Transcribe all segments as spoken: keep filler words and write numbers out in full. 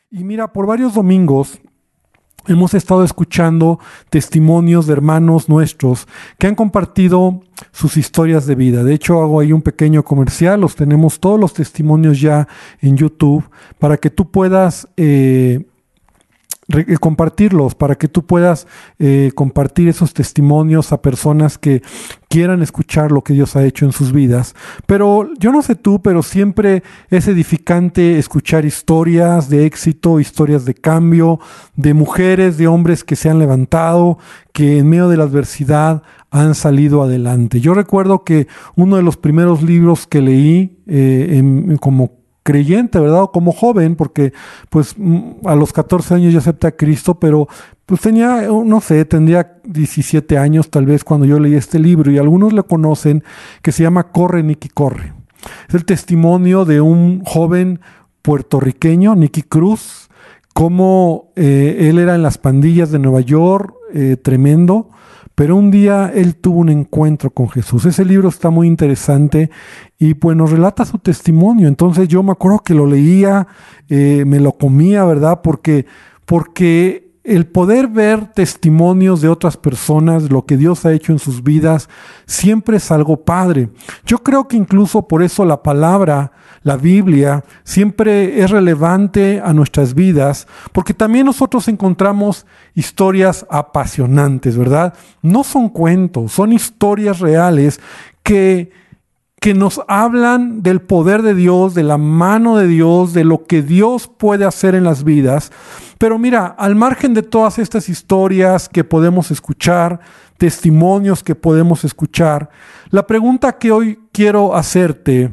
Y mira, por varios domingos hemos estado escuchando testimonios de hermanos nuestros que han compartido sus historias de vida. De hecho, hago ahí un pequeño comercial. Los tenemos todos los testimonios ya en YouTube para que tú puedas eh, re- compartirlos, para que tú puedas eh, compartir esos testimonios a personas que quieran escuchar lo que Dios ha hecho en sus vidas. Pero yo no sé tú, pero siempre es edificante escuchar historias de éxito, historias de cambio, de mujeres, de hombres que se han levantado, que en medio de la adversidad han salido adelante. Yo recuerdo que uno de los primeros libros que leí eh, en- como creyente, ¿verdad? O como joven, porque pues mm, a los catorce años ya acepté a Cristo, pero pues tenía, eh, no sé, tendría diecisiete años tal vez cuando yo leí este libro, y algunos lo conocen, que se llama Corre, Nicky, corre. Es el testimonio de un joven puertorriqueño, Nicky Cruz, cómo eh, él era en las pandillas de Nueva York, eh, tremendo, pero un día él tuvo un encuentro con Jesús. Ese libro está muy interesante y pues nos relata su testimonio. Entonces yo me acuerdo que lo leía, eh, me lo comía, ¿verdad? Porque, porque el poder ver testimonios de otras personas, lo que Dios ha hecho en sus vidas, siempre es algo padre. Yo creo que incluso por eso la palabra, la Biblia, siempre es relevante a nuestras vidas, porque también nosotros encontramos historias apasionantes, ¿verdad? No son cuentos, son historias reales que, que nos hablan del poder de Dios, de la mano de Dios, de lo que Dios puede hacer en las vidas. Pero mira, al margen de todas estas historias que podemos escuchar, testimonios que podemos escuchar, la pregunta que hoy quiero hacerte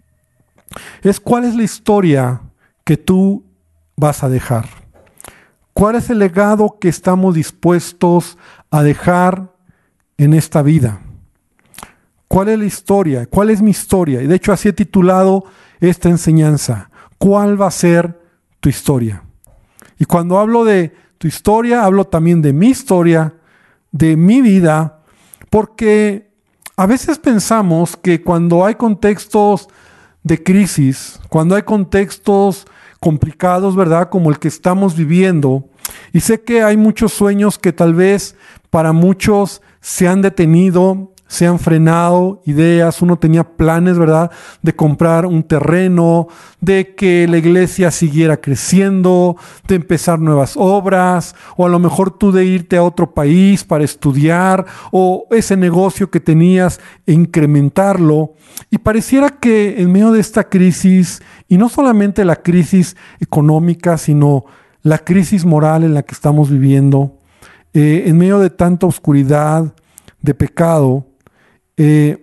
es: ¿cuál es la historia que tú vas a dejar? ¿Cuál es el legado que estamos dispuestos a dejar en esta vida? ¿Cuál es la historia? ¿Cuál es mi historia? Y de hecho así he titulado esta enseñanza: ¿cuál va a ser tu historia? Y cuando hablo de tu historia, hablo también de mi historia, de mi vida, porque a veces pensamos que cuando hay contextos de crisis, cuando hay contextos complicados, ¿verdad? Como el que estamos viviendo, y sé que hay muchos sueños que tal vez para muchos se han detenido, se han frenado, ideas, uno tenía planes, ¿verdad?, de comprar un terreno, de que la iglesia siguiera creciendo, de empezar nuevas obras, o a lo mejor tú de irte a otro país para estudiar, o ese negocio que tenías e incrementarlo. Y pareciera que en medio de esta crisis, y no solamente la crisis económica, sino la crisis moral en la que estamos viviendo, eh, en medio de tanta oscuridad, de pecado, eh,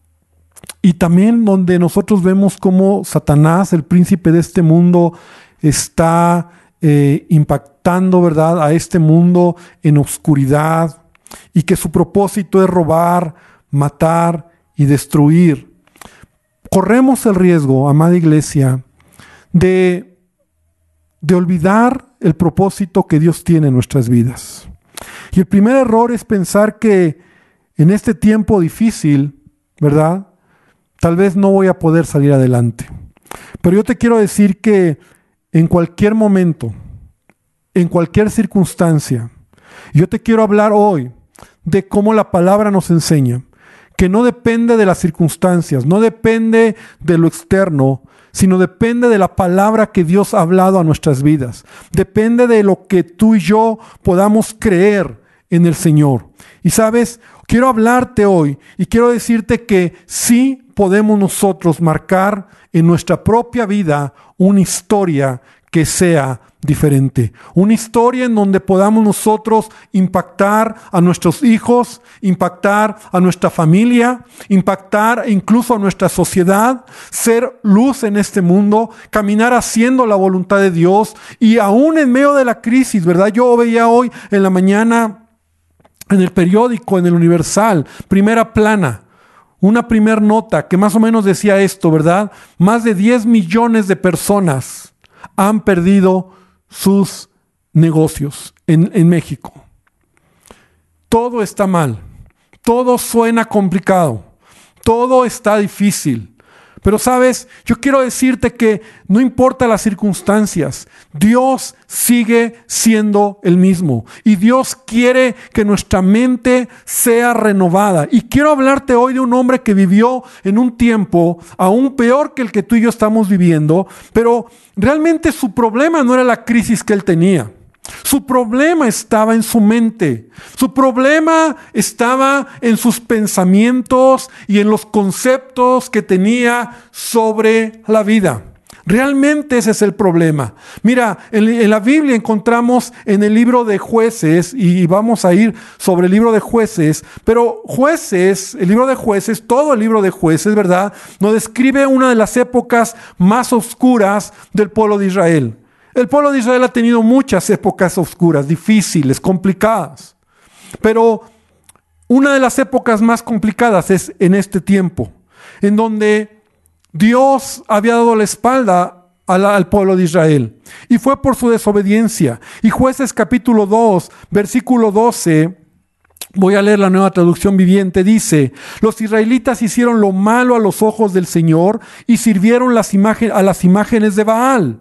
y también donde nosotros vemos cómo Satanás, el príncipe de este mundo, está eh, impactando, ¿verdad?, a este mundo en oscuridad, y que su propósito es robar, matar y destruir. Corremos el riesgo, amada iglesia, de, de olvidar el propósito que Dios tiene en nuestras vidas. Y el primer error es pensar que en este tiempo difícil, ¿verdad?, tal vez no voy a poder salir adelante. Pero yo te quiero decir que en cualquier momento, en cualquier circunstancia, yo te quiero hablar hoy de cómo la palabra nos enseña que no depende de las circunstancias, no depende de lo externo, sino depende de la palabra que Dios ha hablado a nuestras vidas. Depende de lo que tú y yo podamos creer en el Señor. Y sabes, quiero hablarte hoy y quiero decirte que sí podemos nosotros marcar en nuestra propia vida una historia que sea diferente. Una historia en donde podamos nosotros impactar a nuestros hijos, impactar a nuestra familia, impactar incluso a nuestra sociedad, ser luz en este mundo, caminar haciendo la voluntad de Dios. Y aún en medio de la crisis, ¿verdad? Yo veía hoy en la mañana en el periódico, en el Universal, primera plana, una primer nota que más o menos decía esto, ¿verdad? Más de diez millones de personas han perdido sus negocios en, en México. Todo está mal, todo suena complicado, todo está difícil, Pero sabes, yo quiero decirte que no importa las circunstancias, Dios sigue siendo el mismo. Y Dios quiere que nuestra mente sea renovada. Y quiero hablarte hoy de un hombre que vivió en un tiempo aún peor que el que tú y yo estamos viviendo, pero realmente su problema no era la crisis que él tenía. Su problema estaba en su mente. Su problema estaba en sus pensamientos y en los conceptos que tenía sobre la vida. Realmente ese es el problema. Mira, en, en la Biblia encontramos en el libro de Jueces, y vamos a ir sobre el libro de Jueces, pero Jueces, el libro de Jueces, todo el libro de Jueces, ¿verdad?, nos describe una de las épocas más oscuras del pueblo de Israel. El pueblo de Israel ha tenido muchas épocas oscuras, difíciles, complicadas. Pero una de las épocas más complicadas es en este tiempo, en donde Dios había dado la espalda al, al pueblo de Israel. Y fue por su desobediencia. Y Jueces capítulo dos, versículo doce, voy a leer la Nueva Traducción Viviente, dice: los israelitas hicieron lo malo a los ojos del Señor y sirvieron las imagen, a las imágenes de Baal.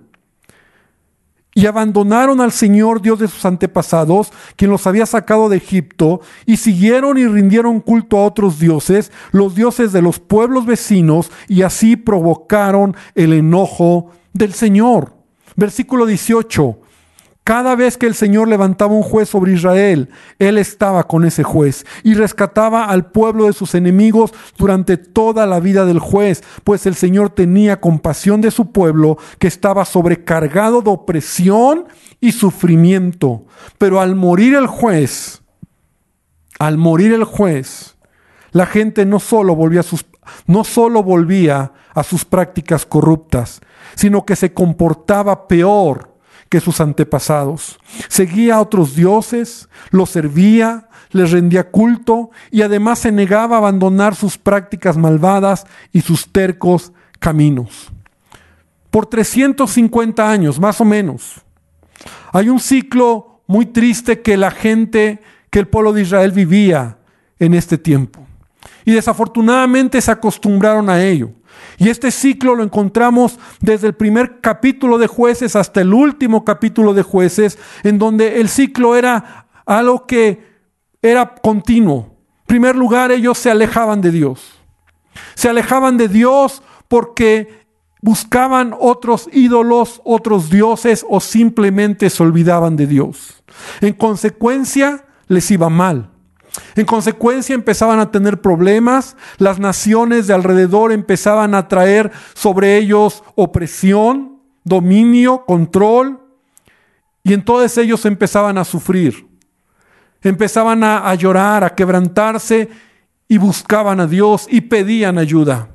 Y abandonaron al Señor, Dios de sus antepasados, quien los había sacado de Egipto, y siguieron y rindieron culto a otros dioses, los dioses de los pueblos vecinos, y así provocaron el enojo del Señor. Versículo dieciocho. Cada vez que el Señor levantaba un juez sobre Israel, Él estaba con ese juez y rescataba al pueblo de sus enemigos durante toda la vida del juez, pues el Señor tenía compasión de su pueblo que estaba sobrecargado de opresión y sufrimiento. Pero al morir el juez, al morir el juez, la gente no solo volvía a sus, no solo volvía a sus prácticas corruptas, sino que se comportaba peor que sus antepasados. Seguía a otros dioses, los servía, les rendía culto y además se negaba a abandonar sus prácticas malvadas y sus tercos caminos. Por trescientos cincuenta años, más o menos, hay un ciclo muy triste que la gente, que el pueblo de Israel vivía en este tiempo. Y desafortunadamente se acostumbraron a ello. Y este ciclo lo encontramos desde el primer capítulo de Jueces hasta el último capítulo de Jueces, en donde el ciclo era algo que era continuo. En primer lugar, ellos se alejaban de Dios. Se alejaban de Dios porque buscaban otros ídolos, otros dioses, o simplemente se olvidaban de Dios. En consecuencia, les iba mal. En consecuencia empezaban a tener problemas, las naciones de alrededor empezaban a traer sobre ellos opresión, dominio, control, y entonces ellos empezaban a sufrir, empezaban a, a llorar, a quebrantarse, y buscaban a Dios y pedían ayuda.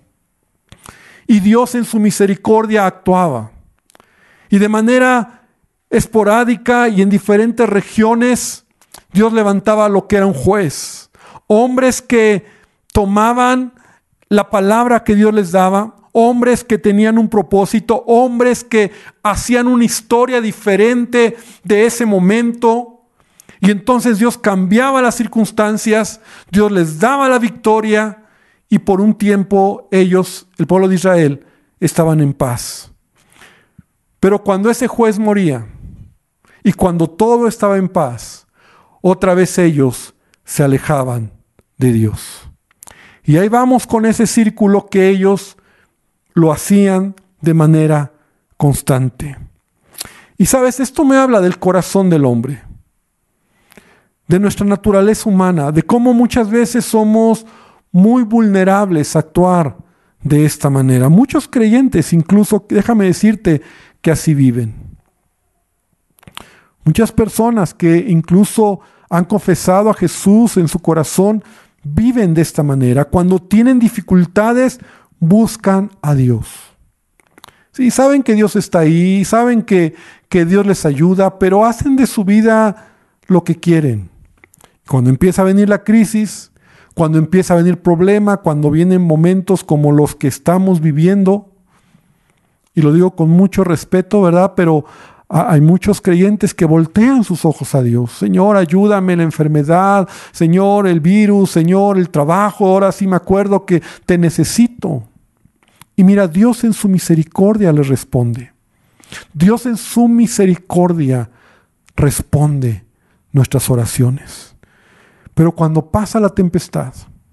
Y Dios en su misericordia actuaba, y de manera esporádica y en diferentes regiones Dios levantaba lo que era un juez, hombres que tomaban la palabra que Dios les daba, hombres que tenían un propósito, hombres que hacían una historia diferente de ese momento, y entonces Dios cambiaba las circunstancias, Dios les daba la victoria, y por un tiempo ellos, el pueblo de Israel, estaban en paz. Pero cuando ese juez moría, y cuando todo estaba en paz, otra vez ellos se alejaban de Dios. Y ahí vamos con ese círculo que ellos lo hacían de manera constante. Y sabes, esto me habla del corazón del hombre, de nuestra naturaleza humana, de cómo muchas veces somos muy vulnerables a actuar de esta manera. Muchos creyentes, incluso, déjame decirte, que así viven. Muchas personas que incluso han confesado a Jesús en su corazón viven de esta manera. Cuando tienen dificultades, buscan a Dios. Sí, saben que Dios está ahí, saben que, que Dios les ayuda, pero hacen de su vida lo que quieren. Cuando empieza a venir la crisis, cuando empieza a venir problema, cuando vienen momentos como los que estamos viviendo, y lo digo con mucho respeto, ¿verdad? Pero hay muchos creyentes que voltean sus ojos a Dios. Señor, ayúdame la enfermedad. Señor, el virus. Señor, el trabajo. Ahora sí me acuerdo que te necesito. Y mira, Dios en su misericordia les responde. Dios en su misericordia responde nuestras oraciones. Pero cuando pasa la tempestad,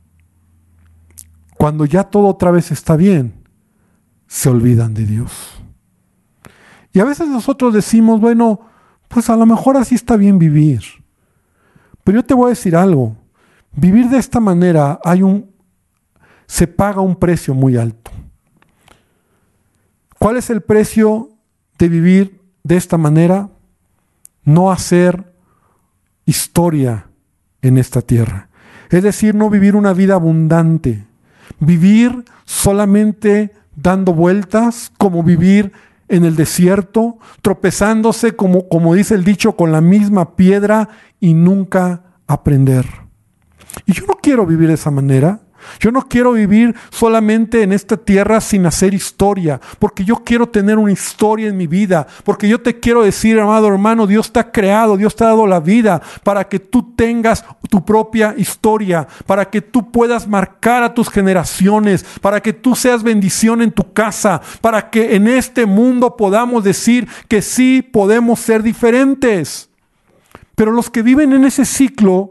cuando ya todo otra vez está bien, se olvidan de Dios. Y a veces nosotros decimos, bueno, pues a lo mejor así está bien vivir. Pero yo te voy a decir algo. Vivir de esta manera hay un, se paga un precio muy alto. ¿Cuál es el precio de vivir de esta manera? No hacer historia en esta tierra. Es decir, no vivir una vida abundante. Vivir solamente dando vueltas, como vivir en el desierto, tropezándose, como, como dice el dicho, con la misma piedra y nunca aprender. Y yo no quiero vivir de esa manera. Yo no quiero vivir solamente en esta tierra sin hacer historia, porque yo quiero tener una historia en mi vida, porque yo te quiero decir, amado hermano, Dios te ha creado, Dios te ha dado la vida para que tú tengas tu propia historia, para que tú puedas marcar a tus generaciones, para que tú seas bendición en tu casa, para que en este mundo podamos decir que sí podemos ser diferentes. Pero los que viven en ese ciclo,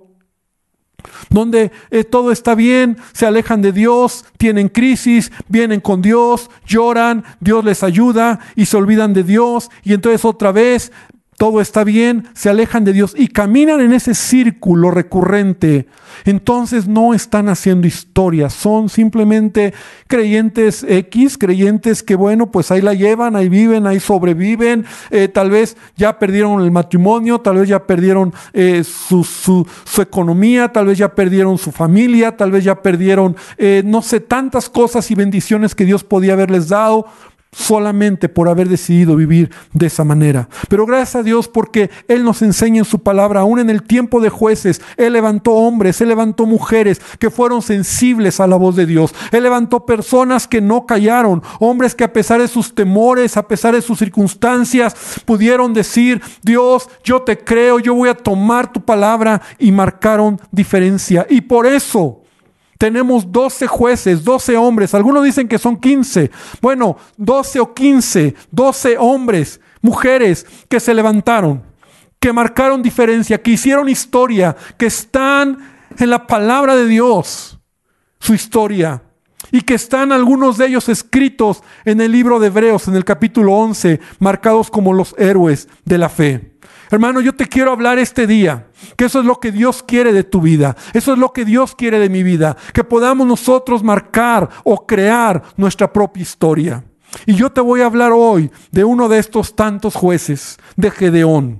donde eh, todo está bien, se alejan de Dios, tienen crisis, vienen con Dios, lloran, Dios les ayuda y se olvidan de Dios, y entonces otra vez todo está bien, se alejan de Dios y caminan en ese círculo recurrente. Entonces no están haciendo historia, son simplemente creyentes X, creyentes que bueno, pues ahí la llevan, ahí viven, ahí sobreviven, eh, tal vez ya perdieron el matrimonio, tal vez ya perdieron eh, su, su, su economía, tal vez ya perdieron su familia, tal vez ya perdieron, eh, no sé, tantas cosas y bendiciones que Dios podía haberles dado, solamente por haber decidido vivir de esa manera. Pero gracias a Dios, porque Él nos enseña en su palabra, aún en el tiempo de jueces, Él levantó hombres, Él levantó mujeres que fueron sensibles a la voz de Dios. Él levantó personas que no callaron, hombres que a pesar de sus temores, a pesar de sus circunstancias, pudieron decir, Dios, yo te creo, yo voy a tomar tu palabra, y marcaron diferencia. Y por eso tenemos doce jueces, doce hombres. Algunos dicen que son quince. Bueno, doce o quince, doce hombres, mujeres que se levantaron, que marcaron diferencia, que hicieron historia, que están en la palabra de Dios, su historia. Y que están algunos de ellos escritos en el libro de Hebreos, en el capítulo once, marcados como los héroes de la fe. Hermano, yo te quiero hablar este día, que eso es lo que Dios quiere de tu vida. Eso es lo que Dios quiere de mi vida. Que podamos nosotros marcar o crear nuestra propia historia. Y yo te voy a hablar hoy de uno de estos tantos jueces, de Gedeón,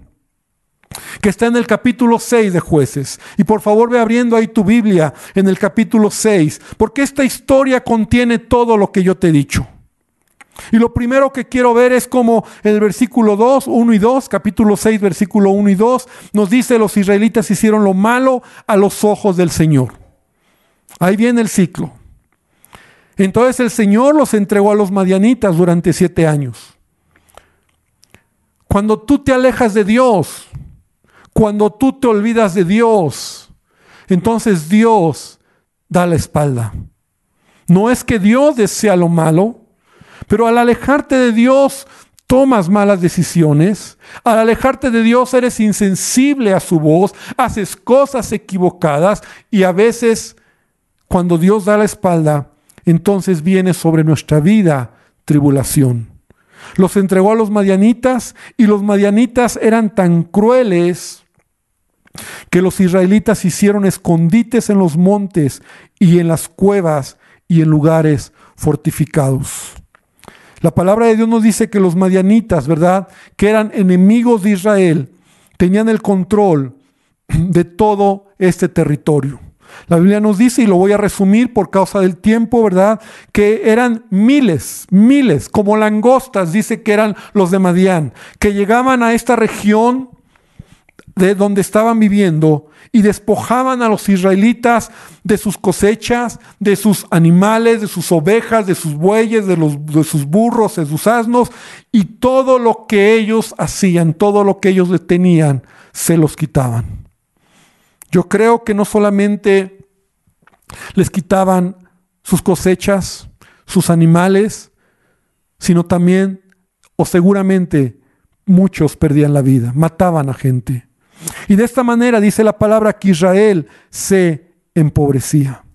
que está en el capítulo seis de Jueces. Y por favor ve abriendo ahí tu Biblia en el capítulo seis, porque esta historia contiene todo lo que yo te he dicho. Y lo primero que quiero ver es como el versículo dos, uno y dos, capítulo seis, versículo uno y dos, nos dice: los israelitas hicieron lo malo a los ojos del Señor. Ahí viene el ciclo. Entonces el Señor los entregó a los madianitas durante siete años. Cuando tú te alejas de Dios, cuando tú te olvidas de Dios, entonces Dios da la espalda. No es que Dios desea lo malo, pero al alejarte de Dios, tomas malas decisiones. Al alejarte de Dios, eres insensible a su voz, haces cosas equivocadas, y a veces, cuando Dios da la espalda, entonces viene sobre nuestra vida tribulación. Los entregó a los madianitas, y los madianitas eran tan crueles que los israelitas hicieron escondites en los montes y en las cuevas y en lugares fortificados. La palabra de Dios nos dice que los madianitas, ¿verdad?, que eran enemigos de Israel, tenían el control de todo este territorio. La Biblia nos dice, y lo voy a resumir por causa del tiempo, ¿verdad?, que eran miles, miles, como langostas, dice que eran los de Madián, que llegaban a esta región de donde estaban viviendo y despojaban a los israelitas de sus cosechas, de sus animales, de sus ovejas, de sus bueyes, de, los, de sus burros, de sus asnos, y todo lo que ellos hacían, todo lo que ellos tenían, se los quitaban. Yo creo que no solamente les quitaban sus cosechas, sus animales, sino también, o seguramente, muchos perdían la vida, mataban a gente. Y de esta manera dice la palabra que Israel se empobrecía.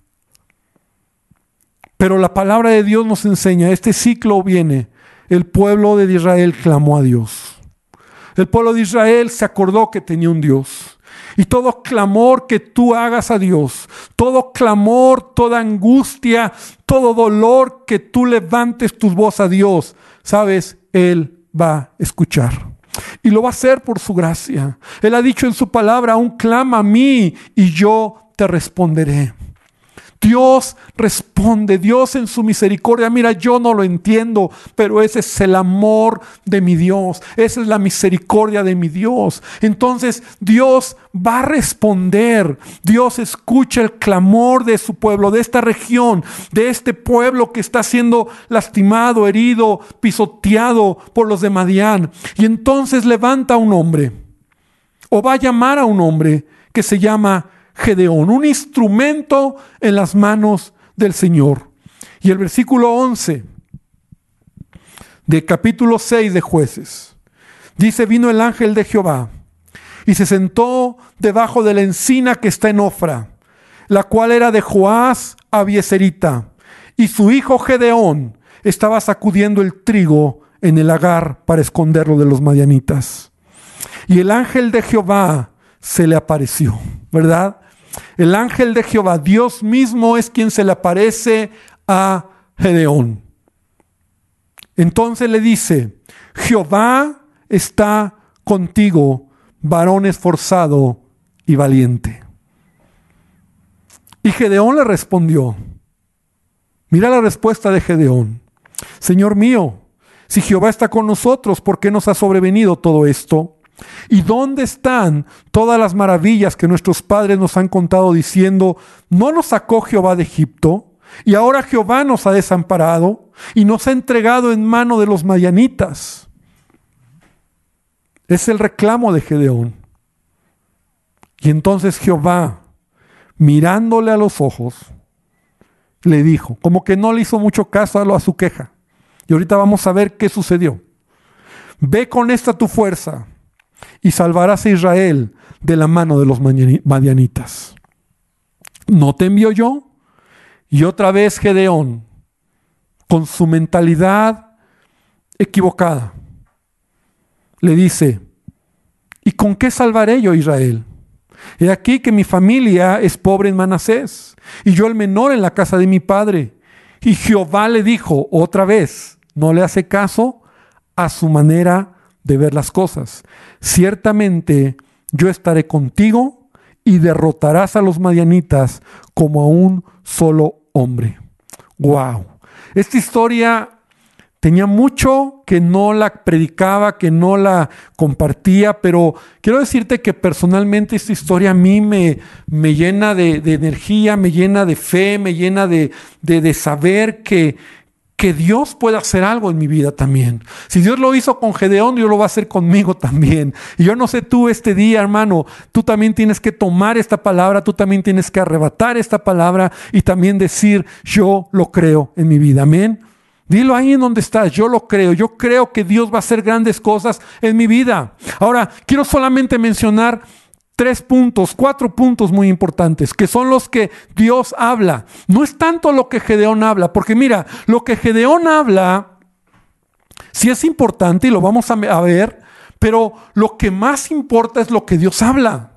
Pero la palabra de Dios nos enseña, este ciclo viene, el pueblo de Israel clamó a Dios. El pueblo de Israel se acordó que tenía un Dios. Y todo clamor que tú hagas a Dios, todo clamor, toda angustia, todo dolor que tú levantes tu voz a Dios, sabes, Él va a escuchar. Y lo va a hacer por su gracia. Él ha dicho en su palabra, aún clama a mí y yo te responderé. Dios responde, Dios en su misericordia. Mira, yo no lo entiendo, pero ese es el amor de mi Dios. Esa es la misericordia de mi Dios. Entonces Dios va a responder. Dios escucha el clamor de su pueblo, de esta región, de este pueblo que está siendo lastimado, herido, pisoteado por los de Madián. Y entonces levanta a un hombre, o va a llamar a un hombre que se llama Gedeón, un instrumento en las manos del Señor. Y el versículo once de capítulo seis de Jueces dice: vino el ángel de Jehová y se sentó debajo de la encina que está en Ofra, la cual era de Joás Abieserita, y su hijo Gedeón estaba sacudiendo el trigo en el lagar para esconderlo de los madianitas. Y el ángel de Jehová se le apareció, ¿verdad? El ángel de Jehová, Dios mismo, es quien se le aparece a Gedeón. Entonces le dice: Jehová está contigo, varón esforzado y valiente. Y Gedeón le respondió, mira la respuesta de Gedeón: Señor mío, si Jehová está con nosotros, ¿por qué nos ha sobrevenido todo esto? ¿Y dónde están todas las maravillas que nuestros padres nos han contado diciendo: ¿no nos sacó Jehová de Egipto? Y ahora Jehová nos ha desamparado y nos ha entregado en mano de los madianitas. Es el reclamo de Gedeón. Y entonces Jehová, mirándole a los ojos, le dijo, como que no le hizo mucho caso a, lo, a su queja. Y ahorita vamos a ver qué sucedió. Ve con esta tu fuerza y salvarás a Israel de la mano de los madianitas. ¿No te envío yo? Y otra vez Gedeón, con su mentalidad equivocada, le dice: ¿y con qué salvaré yo a Israel? He aquí que mi familia es pobre en Manasés, y yo el menor en la casa de mi padre. Y Jehová le dijo otra vez, no le hace caso a su manera de ver las cosas: ciertamente yo estaré contigo y derrotarás a los madianitas como a un solo hombre. ¡Wow! Esta historia tenía mucho que no la predicaba, que no la compartía, pero quiero decirte que personalmente esta historia a mí me, me llena de, de energía, me llena de fe, me llena de, de, de saber que, que Dios puede hacer algo en mi vida también. Si Dios lo hizo con Gedeón, Dios lo va a hacer conmigo también. Y yo no sé tú este día, hermano, tú también tienes que tomar esta palabra, tú también tienes que arrebatar esta palabra y también decir: yo lo creo en mi vida. Amén. Dilo ahí en donde estás: yo lo creo, yo creo que Dios va a hacer grandes cosas en mi vida. Ahora, quiero solamente mencionar tres puntos, cuatro puntos muy importantes, que son los que Dios habla. No es tanto lo que Gedeón habla, porque mira, lo que Gedeón habla sí es importante y lo vamos a ver, pero lo que más importa es lo que Dios habla.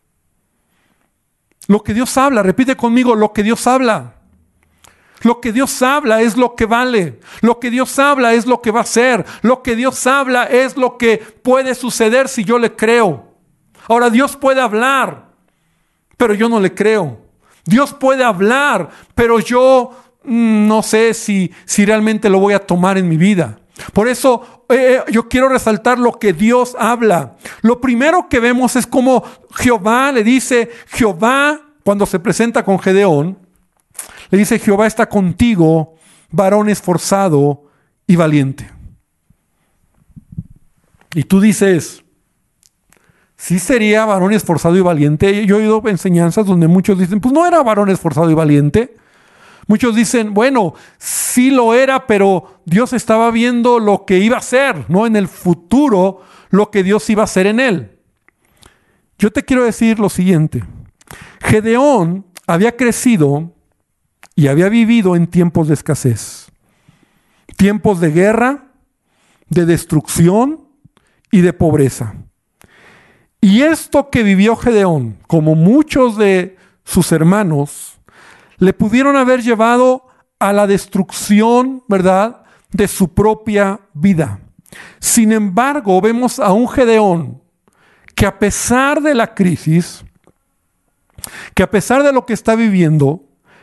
Lo que Dios habla, repite conmigo: lo que Dios habla. Lo que Dios habla es lo que vale. Lo que Dios habla es lo que va a ser. Lo que Dios habla es lo que puede suceder si yo le creo. Ahora, Dios puede hablar, pero yo no le creo. Dios puede hablar, pero yo mmm, no sé si, si realmente lo voy a tomar en mi vida. Por eso eh, yo quiero resaltar lo que Dios habla. Lo primero que vemos es cómo Jehová le dice, Jehová, cuando se presenta con Gedeón, le dice: Jehová está contigo, varón esforzado y valiente. Y tú dices: ¿sí sería varón esforzado y valiente? Yo he oído enseñanzas donde muchos dicen: pues no era varón esforzado y valiente. Muchos dicen, bueno, sí lo era, pero Dios estaba viendo lo que iba a hacer, ¿no? En el futuro, lo que Dios iba a hacer en él. Yo te quiero decir lo siguiente. Gedeón había crecido y había vivido en tiempos de escasez. Tiempos de guerra, de destrucción y de pobreza. Y esto que vivió Gedeón, como muchos de sus hermanos, le pudieron haber llevado a la destrucción, ¿verdad?, de su propia vida. Sin embargo, vemos a un Gedeón que a pesar de la crisis, que a pesar de lo que está viviendo,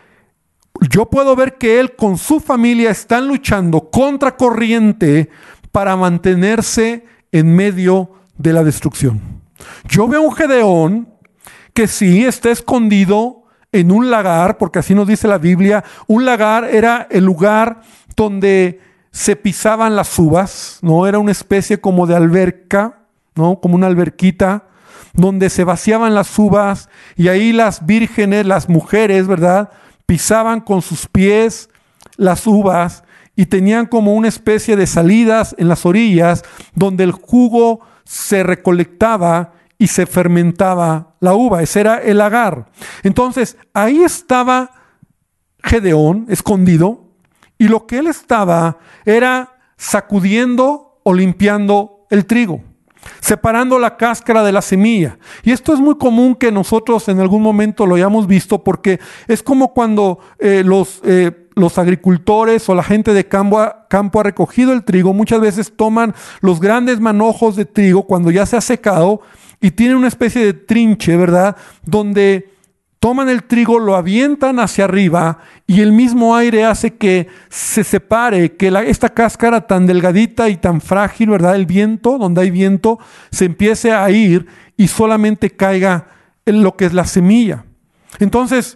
yo puedo ver que él con su familia están luchando contra corriente para mantenerse en medio de la destrucción. Yo veo a un Gedeón que sí está escondido en un lagar, porque así nos dice la Biblia. Un lagar era el lugar donde se pisaban las uvas, ¿no? Era una especie como de alberca, ¿no? Como una alberquita, donde se vaciaban las uvas y ahí las vírgenes, las mujeres, ¿verdad?, pisaban con sus pies las uvas y tenían como una especie de salidas en las orillas donde el jugo se recolectaba y se fermentaba la uva. Ese era el lagar. Entonces, ahí estaba Gedeón escondido y lo que él estaba era sacudiendo o limpiando el trigo, separando la cáscara de la semilla. Y esto es muy común que nosotros en algún momento lo hayamos visto, porque es como cuando eh, los, eh, los agricultores o la gente de campo ha, campo ha recogido el trigo. Muchas veces toman los grandes manojos de trigo cuando ya se ha secado y tienen una especie de trinche, ¿verdad?, donde toman el trigo, lo avientan hacia arriba y el mismo aire hace que se separe, que la, esta cáscara tan delgadita y tan frágil, ¿verdad?, el viento, donde hay viento, se empiece a ir y solamente caiga en lo que es la semilla. Entonces,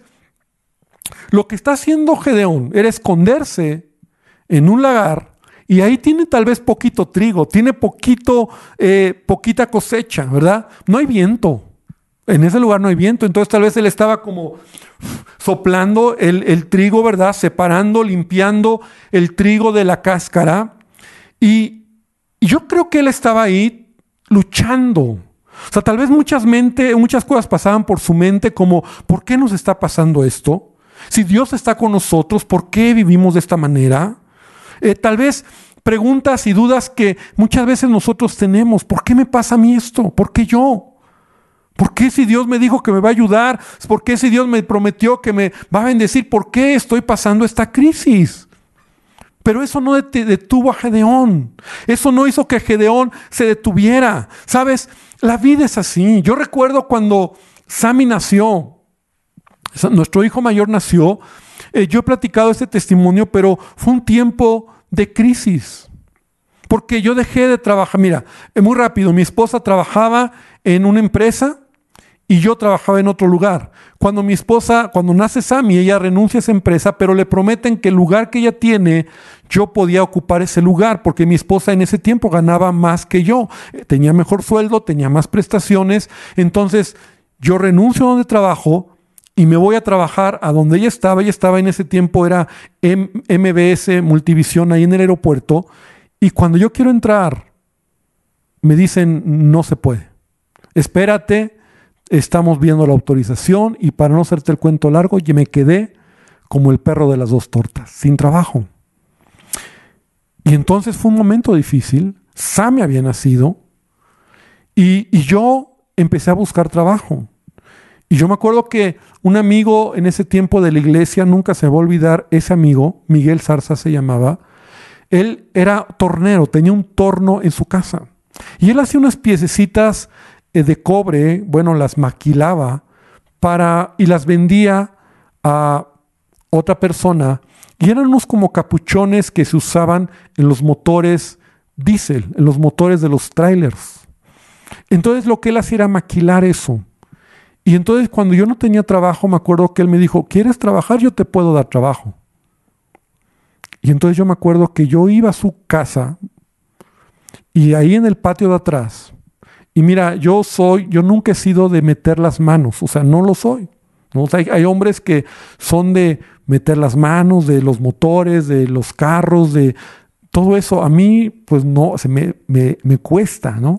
lo que está haciendo Gedeón era esconderse en un lagar y ahí tiene tal vez poquito trigo, tiene poquito, eh, poquita cosecha, ¿verdad? No hay viento. En ese lugar no hay viento, entonces tal vez él estaba como soplando el, el trigo, ¿verdad?, separando, limpiando el trigo de la cáscara. Y, y yo creo que él estaba ahí luchando. O sea, tal vez muchas, mente, muchas cosas pasaban por su mente, como, ¿por qué nos está pasando esto? Si Dios está con nosotros, ¿por qué vivimos de esta manera? Eh, tal vez preguntas y dudas que muchas veces nosotros tenemos. ¿Por qué me pasa a mí esto? ¿Por qué yo? ¿Por qué si Dios me dijo que me va a ayudar? ¿Por qué si Dios me prometió que me va a bendecir? ¿Por qué estoy pasando esta crisis? Pero eso no detuvo a Gedeón. Eso no hizo que Gedeón se detuviera. ¿Sabes? La vida es así. Yo recuerdo cuando Sammy nació, nuestro hijo mayor nació, eh, yo he platicado este testimonio, pero fue un tiempo de crisis. Porque yo dejé de trabajar. Mira, muy rápido, mi esposa trabajaba en una empresa y yo trabajaba en otro lugar. Cuando mi esposa, cuando nace Sammy, ella renuncia a esa empresa, pero le prometen que el lugar que ella tiene, yo podía ocupar ese lugar, porque mi esposa en ese tiempo ganaba más que yo. Tenía mejor sueldo, tenía más prestaciones. Entonces, yo renuncio a donde trabajo y me voy a trabajar a donde ella estaba. Ella estaba en ese tiempo, era M B S Multivisión, ahí en el aeropuerto. Y cuando yo quiero entrar, me dicen, no se puede. Espérate, estamos viendo la autorización. Y para no hacerte el cuento largo, yo me quedé como el perro de las dos tortas, sin trabajo. Y entonces fue un momento difícil. Sammy había nacido. Y, y yo empecé a buscar trabajo. Y yo me acuerdo que un amigo en ese tiempo de la iglesia, nunca se va a olvidar, ese amigo, Miguel Zarza se llamaba. Él era tornero, tenía un torno en su casa. Y él hacía unas piececitas eh, de cobre, bueno, las maquilaba para, y las vendía a otra persona. Y eran unos como capuchones que se usaban en los motores diésel, en los motores de los trailers. Entonces lo que él hacía era maquilar eso. Y entonces cuando yo no tenía trabajo, me acuerdo que él me dijo, ¿quieres trabajar? Yo te puedo dar trabajo. Y entonces yo me acuerdo que yo iba a su casa y ahí en el patio de atrás, y mira, yo soy, yo nunca he sido de meter las manos, o sea, no lo soy. ¿no? O sea, hay, hay hombres que son de meter las manos, de los motores, de los carros, de todo eso. A mí, pues no, se me, me, me cuesta, ¿no?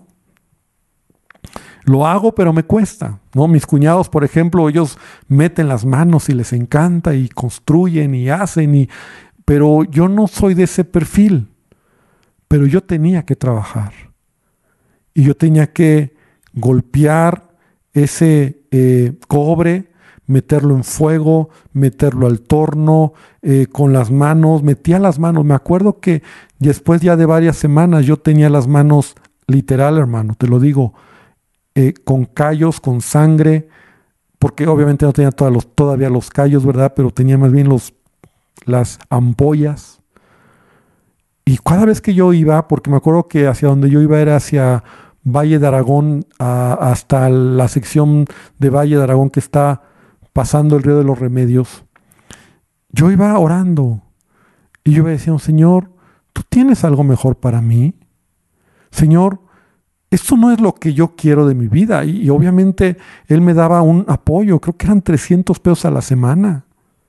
Lo hago, pero me cuesta, ¿no? Mis cuñados, por ejemplo, ellos meten las manos y les encanta y construyen y hacen, y, pero yo no soy de ese perfil. Pero yo tenía que trabajar. Y yo tenía que golpear ese eh, cobre, meterlo en fuego, meterlo al torno, eh, con las manos, metía las manos. Me acuerdo que después ya de varias semanas yo tenía las manos literal, hermano, te lo digo, eh, con callos, con sangre, porque obviamente no tenía todos los, todavía los callos, ¿verdad? Pero tenía más bien los, las ampollas. Y cada vez que yo iba, porque me acuerdo que hacia donde yo iba era hacia Valle de Aragón, a, hasta la sección de Valle de Aragón que está pasando el río de los Remedios, yo iba orando y yo iba diciendo, Señor, ¿tú tienes algo mejor para mí? Señor, esto no es lo que yo quiero de mi vida. Y, y obviamente Él me daba un apoyo, creo que eran trescientos pesos a la semana.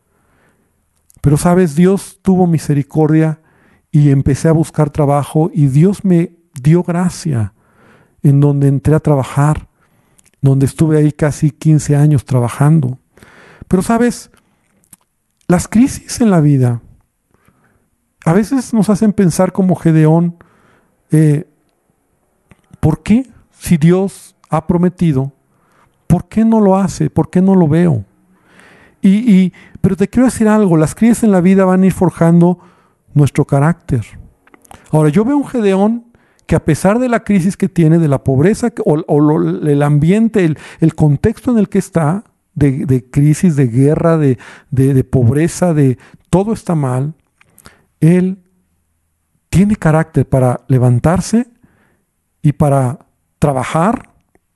Pero sabes, Dios tuvo misericordia y empecé a buscar trabajo y Dios me dio gracia en donde entré a trabajar, donde estuve ahí casi quince años trabajando. Pero sabes, las crisis en la vida a veces nos hacen pensar como Gedeón, eh, ¿por qué? Si Dios ha prometido, ¿por qué no lo hace? ¿Por qué no lo veo? Y, y, pero te quiero decir algo, las crisis en la vida van a ir forjando nuestro carácter. Ahora, yo veo un Gedeón que a pesar de la crisis que tiene, de la pobreza o, o lo, el ambiente, el, el contexto en el que está, de, de crisis, de guerra, de, de, de pobreza, de todo está mal, él tiene carácter para levantarse y para trabajar.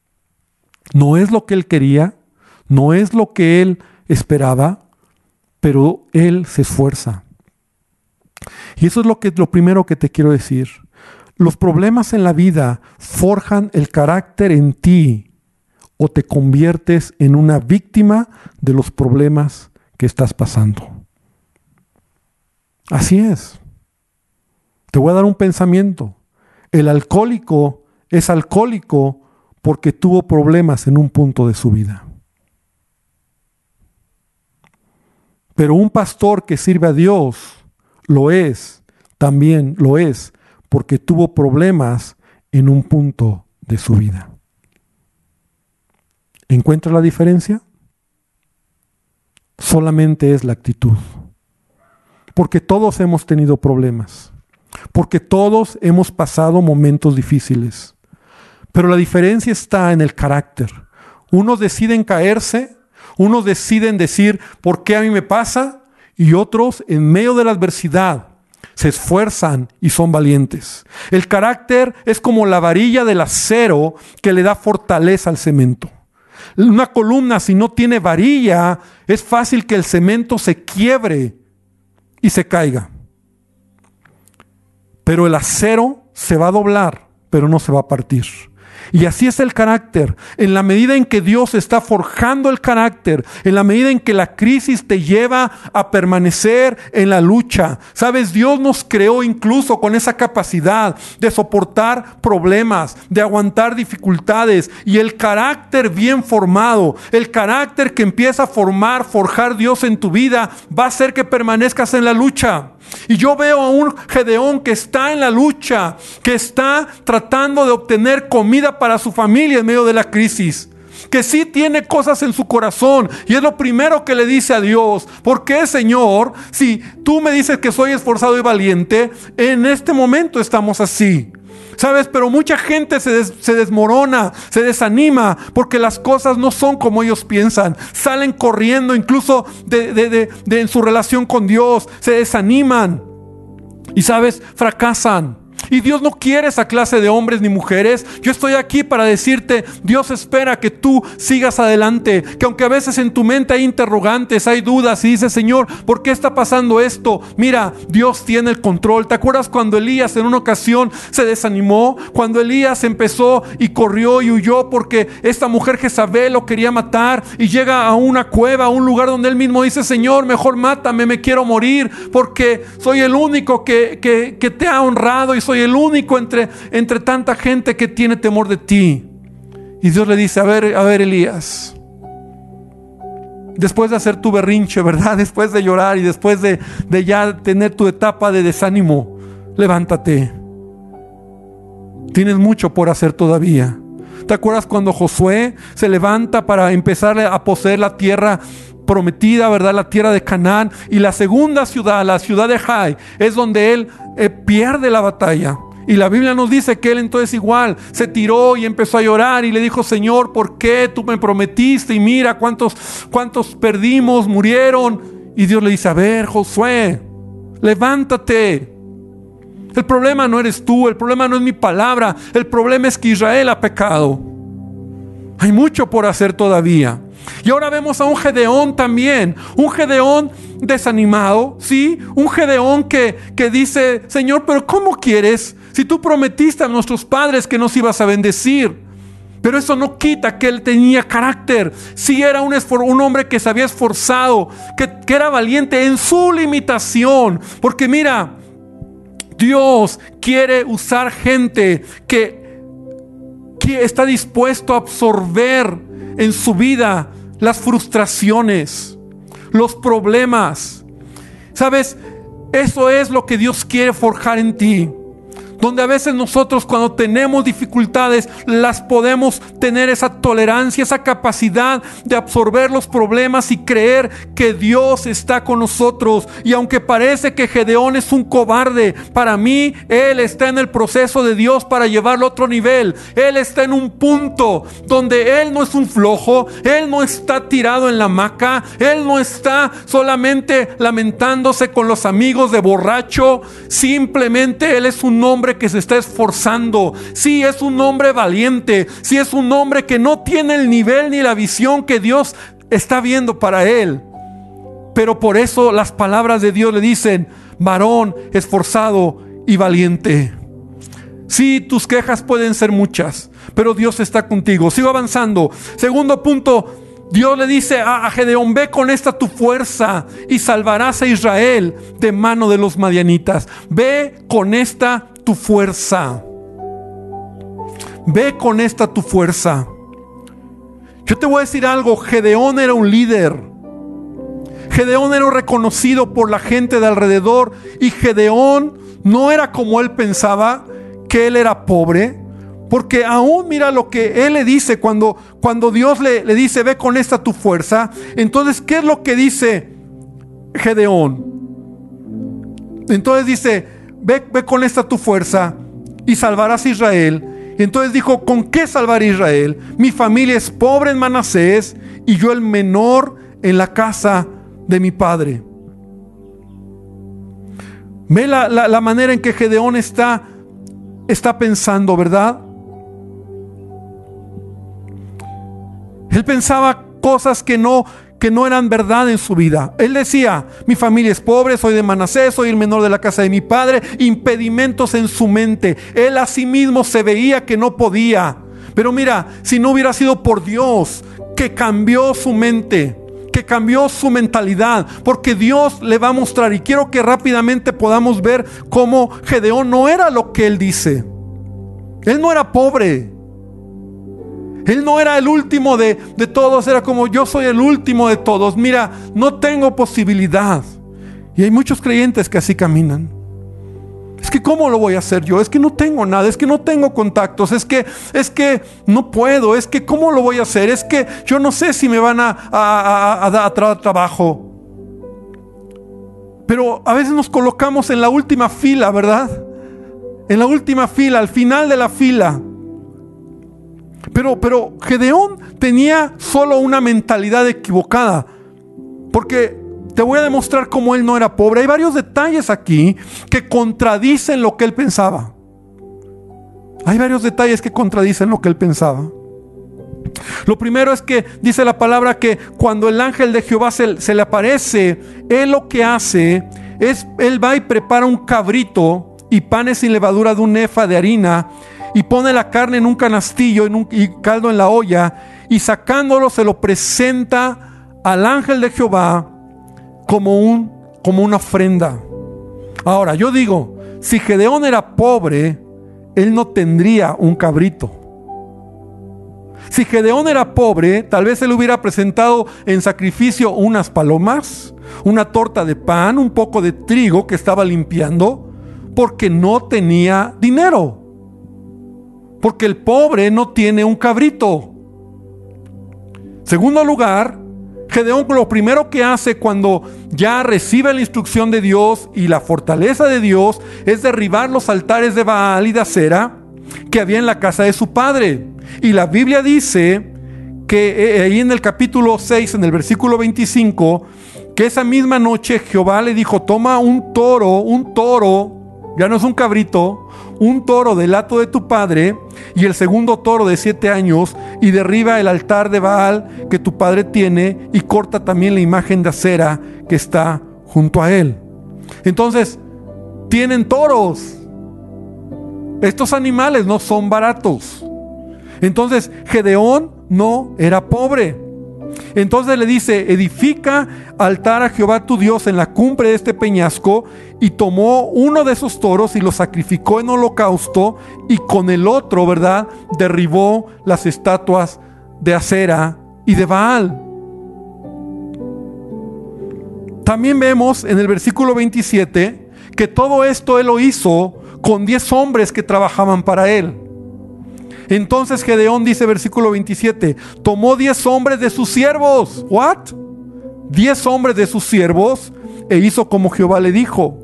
No es lo que él quería, no es lo que él esperaba, pero él se esfuerza. Y eso es lo que, lo primero que te quiero decir. Los problemas en la vida forjan el carácter en ti o te conviertes en una víctima de los problemas que estás pasando. Así es. Te voy a dar un pensamiento. El alcohólico es alcohólico porque tuvo problemas en un punto de su vida. Pero un pastor que sirve a Dios lo es, también lo es, porque tuvo problemas en un punto de su vida. ¿Encuentras la diferencia? Solamente es la actitud. Porque todos hemos tenido problemas. Porque todos hemos pasado momentos difíciles. Pero la diferencia está en el carácter. Unos deciden caerse, unos deciden decir, ¿por qué a mí me pasa? Y otros, en medio de la adversidad, se esfuerzan y son valientes. El carácter es como la varilla del acero que le da fortaleza al cemento. Una columna, si no tiene varilla, es fácil que el cemento se quiebre y se caiga. Pero el acero se va a doblar, pero no se va a partir. Y así es el carácter. En la medida en que Dios está forjando el carácter, en la medida en que la crisis te lleva a permanecer en la lucha. Sabes, Dios nos creó incluso con esa capacidad de soportar problemas, de aguantar dificultades. Y el carácter bien formado, el carácter que empieza a formar, forjar Dios en tu vida, va a hacer que permanezcas en la lucha. Y yo veo a un Gedeón que está en la lucha, que está tratando de obtener comida para su familia en medio de la crisis, que sí tiene cosas en su corazón y es lo primero que le dice a Dios: ¿por qué, Señor, si tú me dices que soy esforzado y valiente, en este momento estamos así? ¿Sabes? Pero mucha gente se, des, se desmorona, se desanima porque las cosas no son como ellos piensan. Salen corriendo incluso de, de, de, de en su relación con Dios. Se desaniman y, ¿sabes? Fracasan. Y Dios no quiere esa clase de hombres ni mujeres. Yo estoy aquí para decirte, Dios espera que tú sigas adelante, que aunque a veces en tu mente hay interrogantes, hay dudas y dices, Señor, ¿por qué está pasando esto? Mira, Dios tiene el control. ¿Te acuerdas cuando Elías en una ocasión se desanimó? Cuando Elías empezó y corrió y huyó porque esta mujer Jezabel lo quería matar, y llega a una cueva, a un lugar donde él mismo dice, Señor, mejor mátame, me quiero morir porque soy el único que, que, que te ha honrado y soy el único entre, entre tanta gente que tiene temor de ti. Y Dios le dice, a ver, a ver Elías, después de hacer tu berrinche, ¿verdad? Después de llorar y después de, de ya tener tu etapa de desánimo, levántate. Tienes mucho por hacer todavía. ¿Te acuerdas cuando Josué se levanta para empezar a poseer la tierra prometida, ¿verdad? La tierra de Canaán. Y la segunda ciudad, la ciudad de Jai, es donde él eh, pierde la batalla. Y la Biblia nos dice que él entonces igual se tiró y empezó a llorar y le dijo, Señor, ¿por qué tú me prometiste? Y mira cuántos, cuántos perdimos, murieron. Y Dios le dice, a ver, Josué, levántate. El problema no eres tú, el problema no es mi palabra, el problema es que Israel ha pecado. Hay mucho por hacer todavía. Y ahora vemos a un Gedeón también, un Gedeón desanimado, ¿sí? Un Gedeón que, que dice, Señor, pero ¿cómo quieres? Si tú prometiste a nuestros padres que nos ibas a bendecir. Pero eso no quita que él tenía carácter. Sí era un, esfor- un hombre que se había esforzado, que, que era valiente en su limitación. Porque mira, Dios quiere usar gente que, que está dispuesto a absorber en su vida las frustraciones, los problemas. ¿Sabes? Eso es lo que Dios quiere forjar en ti. Donde a veces nosotros cuando tenemos dificultades las podemos tener esa tolerancia, esa capacidad de absorber los problemas y creer que Dios está con nosotros. Y aunque parece que Gedeón es un cobarde, para mí él está en el proceso de Dios para llevarlo a otro nivel. Él está en un punto donde él no es un flojo, él no está tirado en la hamaca, él no está solamente lamentándose con los amigos de borracho. Simplemente él es un hombre que se está esforzando. Sí, es un hombre valiente. Sí, es un hombre que no tiene el nivel ni la visión que Dios está viendo para él. Pero por eso las palabras de Dios le dicen, varón esforzado y valiente. Sí, tus quejas pueden ser muchas, pero Dios está contigo. Sigo avanzando. Segundo punto, Dios le dice a Gedeón, ve con esta tu fuerza y salvarás a Israel de mano de los madianitas. Ve con esta tu fuerza. Ve con esta tu fuerza. Yo te voy a decir algo, Gedeón era un líder. Gedeón era reconocido por la gente de alrededor y Gedeón no era como él pensaba, que él era pobre. Porque aún mira lo que él le dice cuando, cuando Dios le, le dice, ve con esta tu fuerza. Entonces, ¿qué es lo que dice Gedeón? Entonces dice, ve, ve con esta tu fuerza y salvarás a Israel. Entonces dijo, ¿con qué salvar a Israel? Mi familia es pobre en Manasés y yo el menor en la casa de mi padre. Ve la, la, la manera en que Gedeón está, está pensando, ¿verdad? Él pensaba cosas que no, que no eran verdad en su vida. Él decía, mi familia es pobre, soy de Manasés, soy el menor de la casa de mi padre. Impedimentos en su mente. Él a sí mismo se veía que no podía. Pero mira, si no hubiera sido por Dios que cambió su mente, que cambió su mentalidad, porque Dios le va a mostrar, y quiero que rápidamente podamos ver cómo Gedeón no era lo que él dice. Él no era pobre. Él no era el último de, de todos, era como yo soy el último de todos. Mira, no tengo posibilidad. Y hay muchos creyentes que así caminan. Es que ¿cómo lo voy a hacer yo? Es que no tengo nada, es que no tengo contactos, es que, es que no puedo, es que ¿cómo lo voy a hacer? Es que yo no sé si me van a, a, a, a dar tra- trabajo. Pero a veces nos colocamos en la última fila, ¿verdad? En la última fila, al final de la fila. Pero, pero Gedeón tenía solo una mentalidad equivocada, porque te voy a demostrar cómo él no era pobre. Hay varios detalles aquí que contradicen lo que él pensaba. Hay varios detalles que contradicen lo que él pensaba. Lo primero es que dice la palabra que cuando el ángel de Jehová se, se le aparece, él lo que hace es, él va y prepara un cabrito y panes sin levadura de un efa de harina, y pone la carne en un canastillo en un, y caldo en la olla, y sacándolo se lo presenta al ángel de Jehová como, un, como una ofrenda. Ahora, yo digo, si Gedeón era pobre, él no tendría un cabrito. Si Gedeón era pobre, tal vez él hubiera presentado en sacrificio unas palomas, una torta de pan, un poco de trigo que estaba limpiando, porque no tenía dinero. Porque el pobre no tiene un cabrito. Segundo lugar, Gedeón lo primero que hace cuando ya recibe la instrucción de Dios y la fortaleza de Dios es derribar los altares de Baal y de Acera que había en la casa de su padre. Y la Biblia dice que eh, ahí en el capítulo seis, en el versículo veinticinco, que esa misma noche Jehová le dijo: toma un toro, un toro, ya no es un cabrito, un toro del hato de tu padre y el segundo toro de siete años, y derriba el altar de Baal que tu padre tiene, y corta también la imagen de Acera que está junto a él. Entonces, tienen toros. Estos animales no son baratos. Entonces, Gedeón no era pobre. Entonces le dice: edifica altar a Jehová tu Dios en la cumbre de este peñasco. Y tomó uno de esos toros y lo sacrificó en holocausto, y con el otro, ¿verdad?, derribó las estatuas de Acera y de Baal. También vemos en el versículo veintisiete que todo esto él lo hizo con diez hombres que trabajaban para él. Entonces Gedeón, dice versículo veintisiete, tomó diez hombres de sus siervos. ¿What? Diez hombres de sus siervos, e hizo como Jehová le dijo.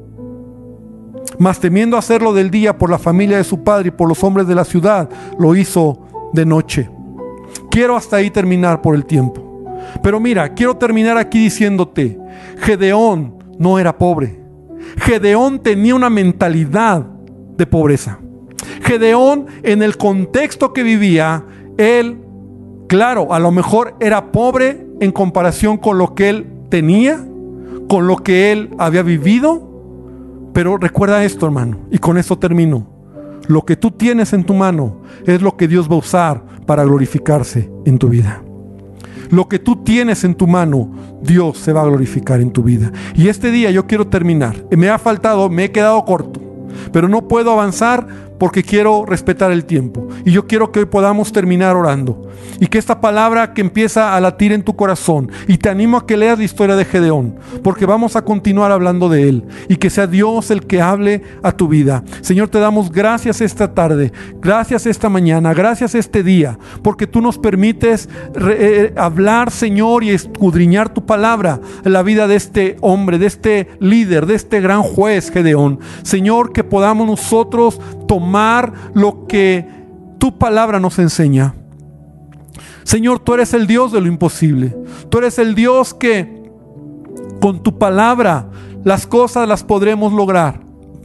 Mas temiendo hacerlo del día por la familia de su padre y por los hombres de la ciudad, lo hizo de noche. Quiero hasta ahí terminar por el tiempo. Pero mira, quiero terminar aquí diciéndote: Gedeón no era pobre. Gedeón tenía una mentalidad de pobreza. Gedeón, en el contexto que vivía, él, claro, a lo mejor era pobre en comparación con lo que él tenía, con lo que él había vivido. Pero recuerda esto, hermano, y con esto termino: lo que tú tienes en tu mano es lo que Dios va a usar para glorificarse en tu vida. Lo que tú tienes en tu mano, Dios se va a glorificar en tu vida. Y este día yo quiero terminar. Me ha faltado, me he quedado corto, pero no puedo avanzar porque quiero respetar el tiempo. Y yo quiero que hoy podamos terminar orando, y que esta palabra que empieza a latir en tu corazón, y te animo a que leas la historia de Gedeón, porque vamos a continuar hablando de él, y que sea Dios el que hable a tu vida. Señor, te damos gracias esta tarde, gracias esta mañana, gracias este día, porque tú nos permites re, eh, hablar, Señor, y escudriñar tu palabra en la vida de este hombre, de este líder, de este gran juez Gedeón. Señor, que podamos nosotros tomar lo que tu palabra nos enseña. Señor, tú eres el Dios de lo imposible. Tú eres el Dios que con tu palabra las cosas las podremos lograr.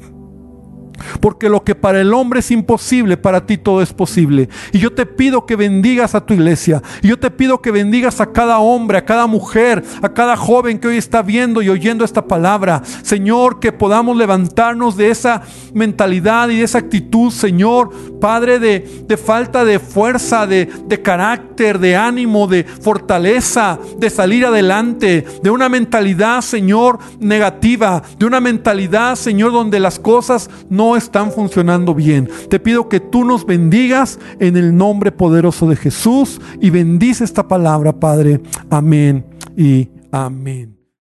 Porque lo que para el hombre es imposible, para ti todo es posible. Y yo te pido que bendigas a tu iglesia. Y yo te pido que bendigas a cada hombre, a cada mujer, a cada joven que hoy está viendo y oyendo esta palabra. Señor, que podamos levantarnos de esa mentalidad y de esa actitud, Señor, Padre, de, de falta de fuerza, de, de carácter, de ánimo, de fortaleza, de salir adelante, de una mentalidad, Señor, negativa, de una mentalidad, Señor, donde las cosas no No están funcionando bien. Te pido que tú nos bendigas en el nombre poderoso de Jesús, y bendice esta palabra, Padre. Amén y amén.